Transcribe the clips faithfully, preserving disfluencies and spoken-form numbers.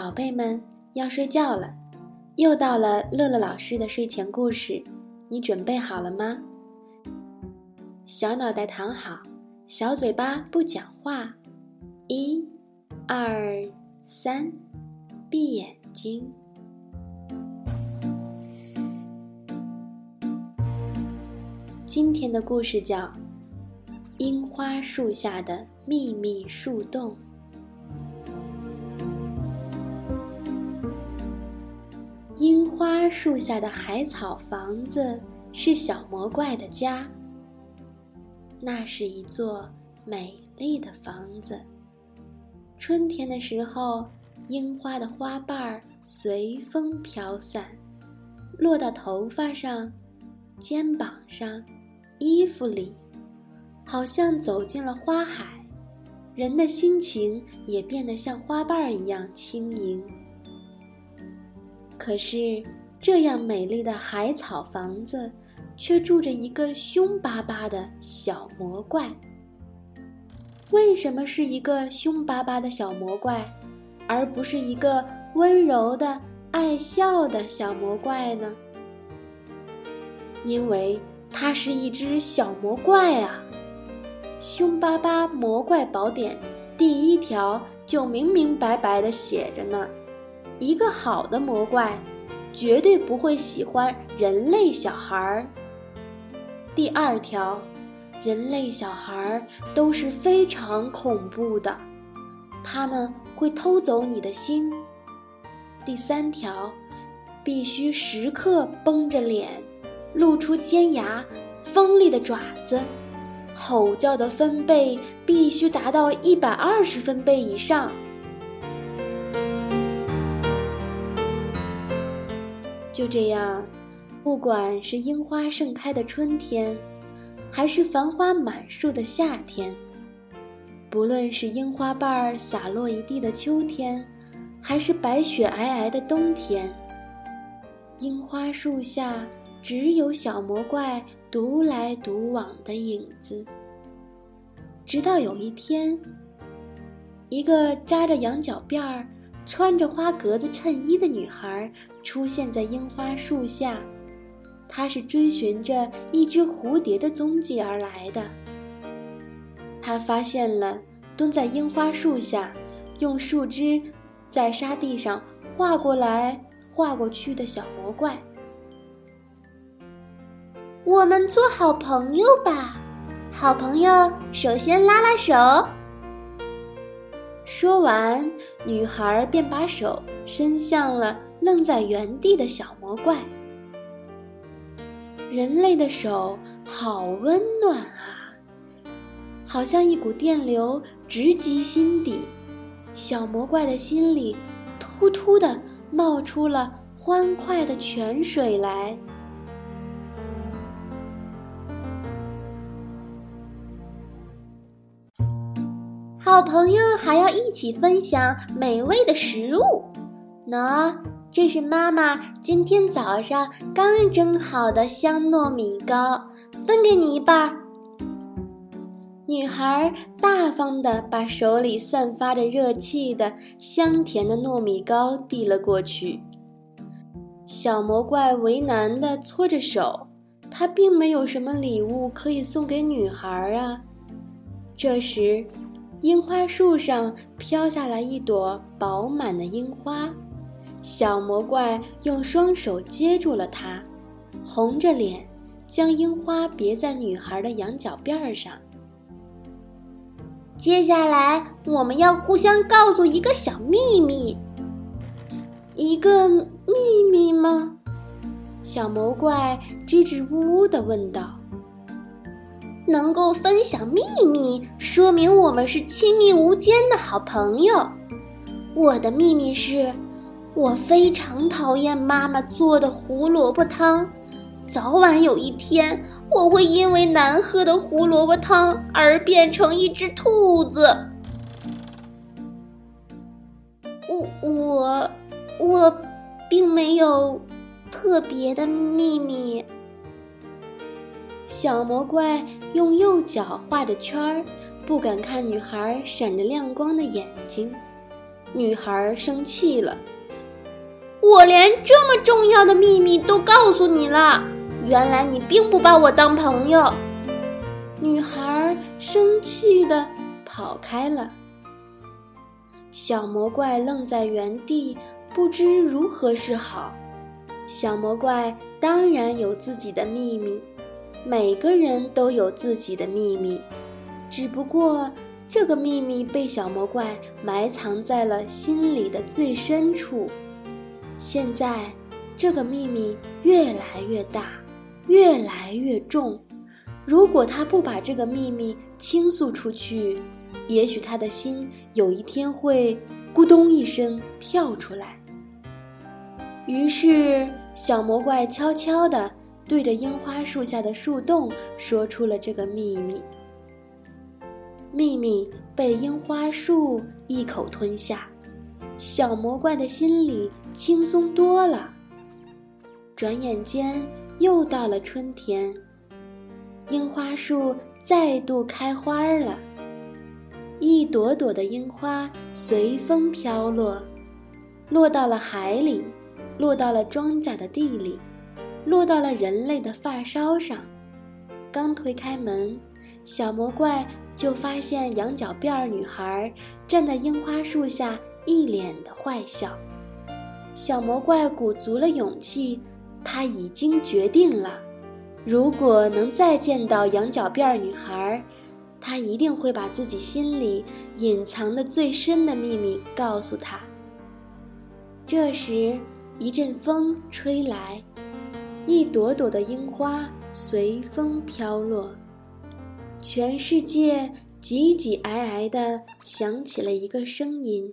宝贝们要睡觉了，又到了乐乐老师的睡前故事，你准备好了吗？小脑袋躺好，小嘴巴不讲话，一、二、三，闭眼睛。今天的故事叫《樱花树下的秘密树洞》。樱花树下的海草房子是小魔怪的家，那是一座美丽的房子。春天的时候，樱花的花瓣随风飘散，落到头发上、肩膀上、衣服里，好像走进了花海，人的心情也变得像花瓣一样轻盈。可是这样美丽的海草房子却住着一个凶巴巴的小魔怪。为什么是一个凶巴巴的小魔怪，而不是一个温柔的爱笑的小魔怪呢？因为它是一只小魔怪啊！凶巴巴魔怪宝典第一条就明明白白地写着呢，一个好的魔怪绝对不会喜欢人类小孩。第二条，人类小孩都是非常恐怖的，他们会偷走你的心。第三条，必须时刻绷着脸，露出尖牙，锋利的爪子，吼叫的分贝必须达到一百二十分贝以上。就这样，不管是樱花盛开的春天，还是繁花满树的夏天，不论是樱花瓣洒落一地的秋天，还是白雪皑皑的冬天，樱花树下只有小魔怪独来独往的影子。直到有一天，一个扎着羊角辫儿、穿着花格子衬衣的女孩出现在樱花树下，她是追寻着一只蝴蝶的踪迹而来的。她发现了蹲在樱花树下，用树枝在沙地上画过来画过去的小魔怪。 我们做好朋友吧，好朋友首先拉拉手。 说完，女孩便把手伸向了愣在原地的小魔怪。人类的手好温暖啊，好像一股电流直击心底，小魔怪的心里突突地冒出了欢快的泉水来。 好朋友还要一起分享美味的食物。喏，这是妈妈今天早上刚蒸好的香糯米糕，分给你一半。 女孩大方地把手里散发着热气的香甜的糯米糕递了过去。小魔怪为难地搓着手，他并没有什么礼物可以送给女孩啊。这时，樱花树上飘下来一朵饱满的樱花，小魔怪用双手接住了它，红着脸将樱花别在女孩的羊角辫上。 接下来我们要互相告诉一个小秘密。 一个秘密吗？小魔怪支支吾吾地问道。 能够分享秘密，说明我们是亲密无间的好朋友。我的秘密是，我非常讨厌妈妈做的胡萝卜汤，早晚有一天，我会因为难喝的胡萝卜汤而变成一只兔子。我我我并没有特别的秘密。 小魔怪用右脚画着圈儿，不敢看女孩闪着亮光的眼睛。 女孩生气了。 我连这么重要的秘密都告诉你了，原来你并不把我当朋友。 女孩生气地跑开了。小魔怪愣在原地，不知如何是好。小魔怪当然有自己的秘密，每个人都有自己的秘密，只不过这个秘密被小魔怪埋藏在了心里的最深处。现在这个秘密越来越大，越来越重，如果他不把这个秘密倾诉出去，也许他的心有一天会咕咚一声跳出来。于是小魔怪悄悄地对着樱花树下的树洞说出了这个秘密。秘密被樱花树一口吞下，小魔怪的心里轻松多了。转眼间又到了春天，樱花树再度开花了，一朵朵的樱花随风飘落，落到了海里，落到了庄稼的地里，落到了人类的发梢上。刚推开门，小魔怪就发现羊角辫女孩站在樱花树下，一脸的坏笑。小魔怪鼓足了勇气，他已经决定了，如果能再见到羊角辫女孩，他一定会把自己心里隐藏的最深的秘密告诉她。这时一阵风吹来，一朵朵的樱花随风飘落，全世界挤挤挨挨地响起了一个声音：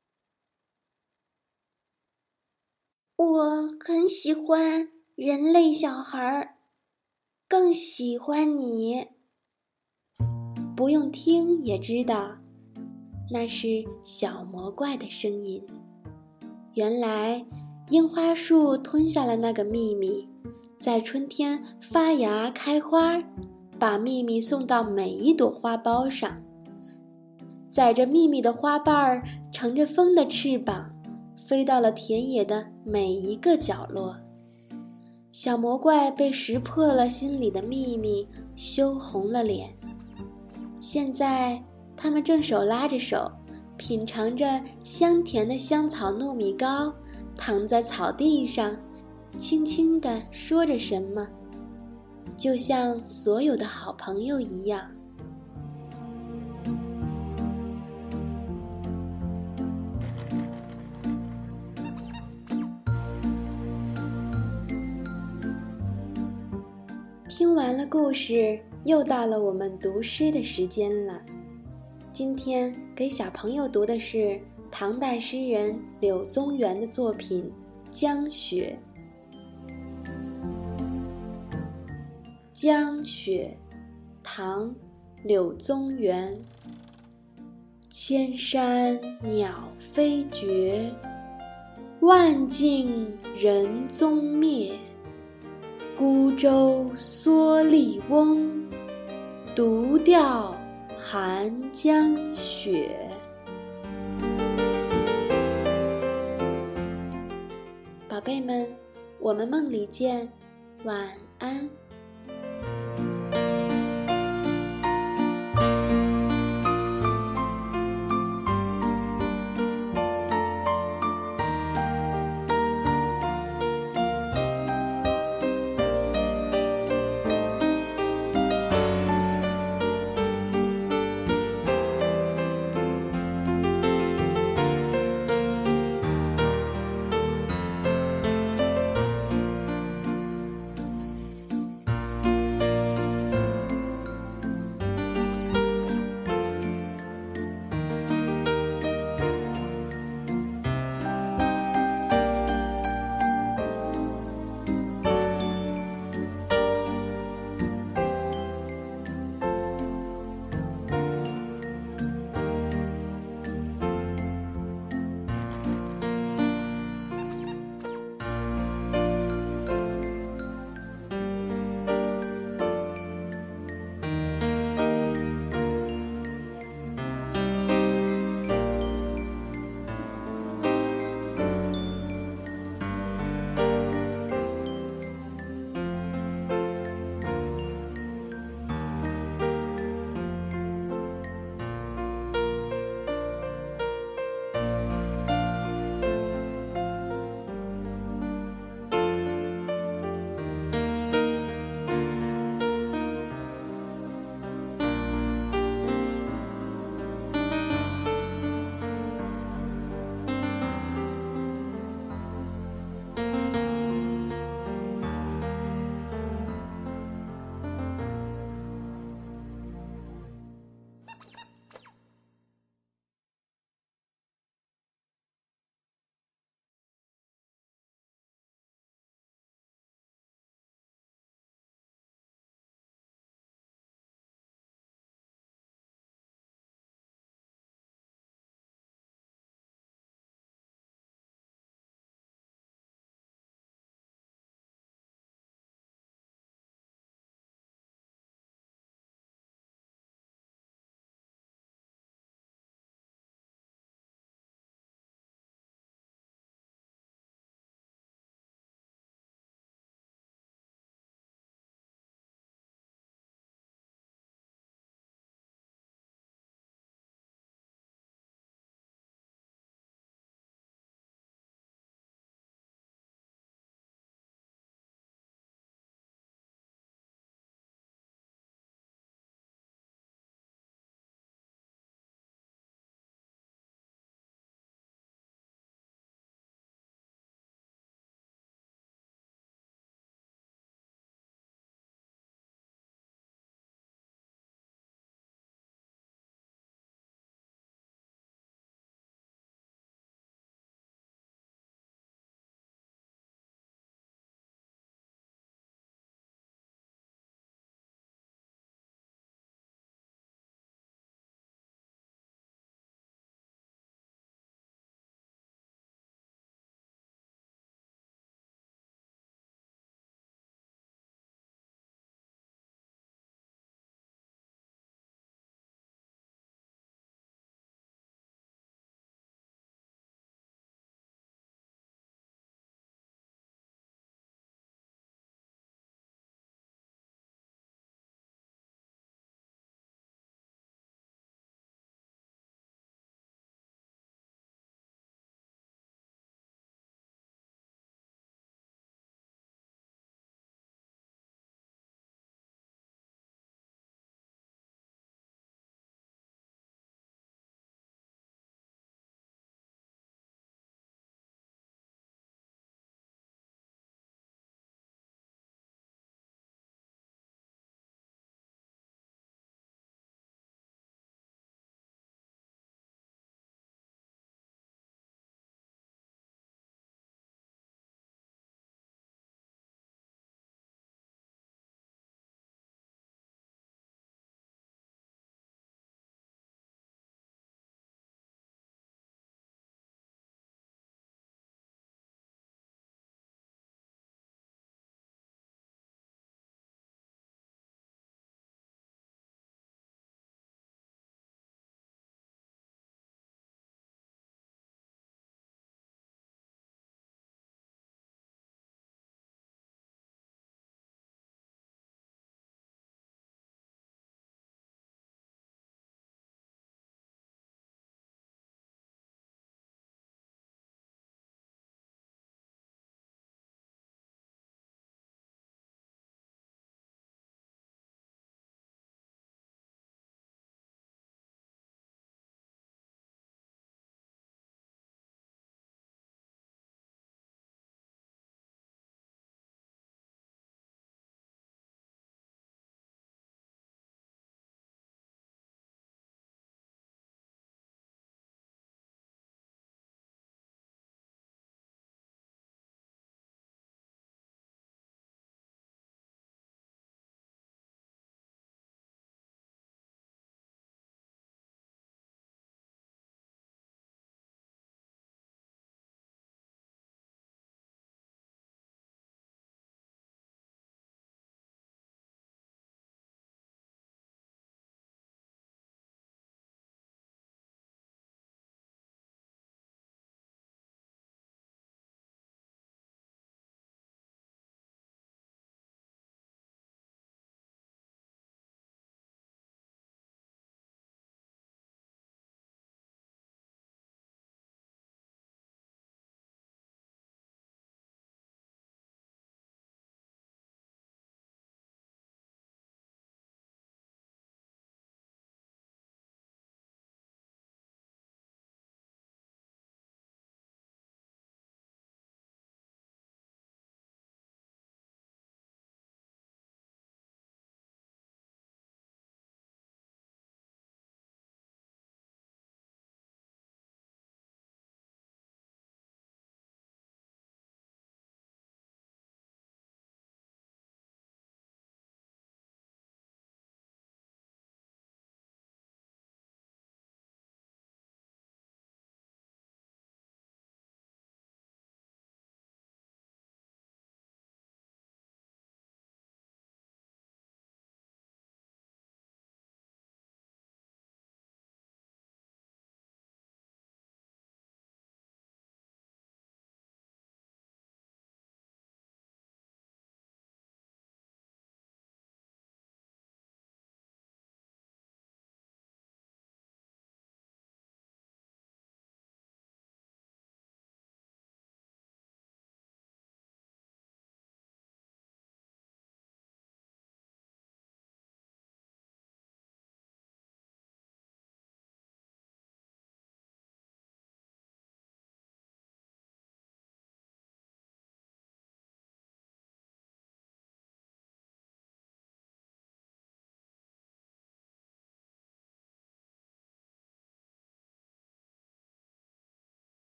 我很喜欢人类小孩，更喜欢你。 不用听也知道，那是小魔怪的声音。原来樱花树吞下了那个秘密，在春天发芽开花，把秘密送到每一朵花苞上，载着秘密的花瓣儿乘着风的翅膀，飞到了田野的每一个角落。小魔怪被识破了心里的秘密，羞红了脸。现在他们正手拉着手，品尝着香甜的香草糯米糕，躺在草地上，轻轻地说着什么，就像所有的好朋友一样。听完了故事，又到了我们读诗的时间了。今天给小朋友读的是唐代诗人柳宗元的作品《江雪》。江雪，唐，柳宗元。千山鸟飞绝，万径人踪灭。孤舟蓑笠翁，独钓寒江雪。宝贝们，我们梦里见，晚安。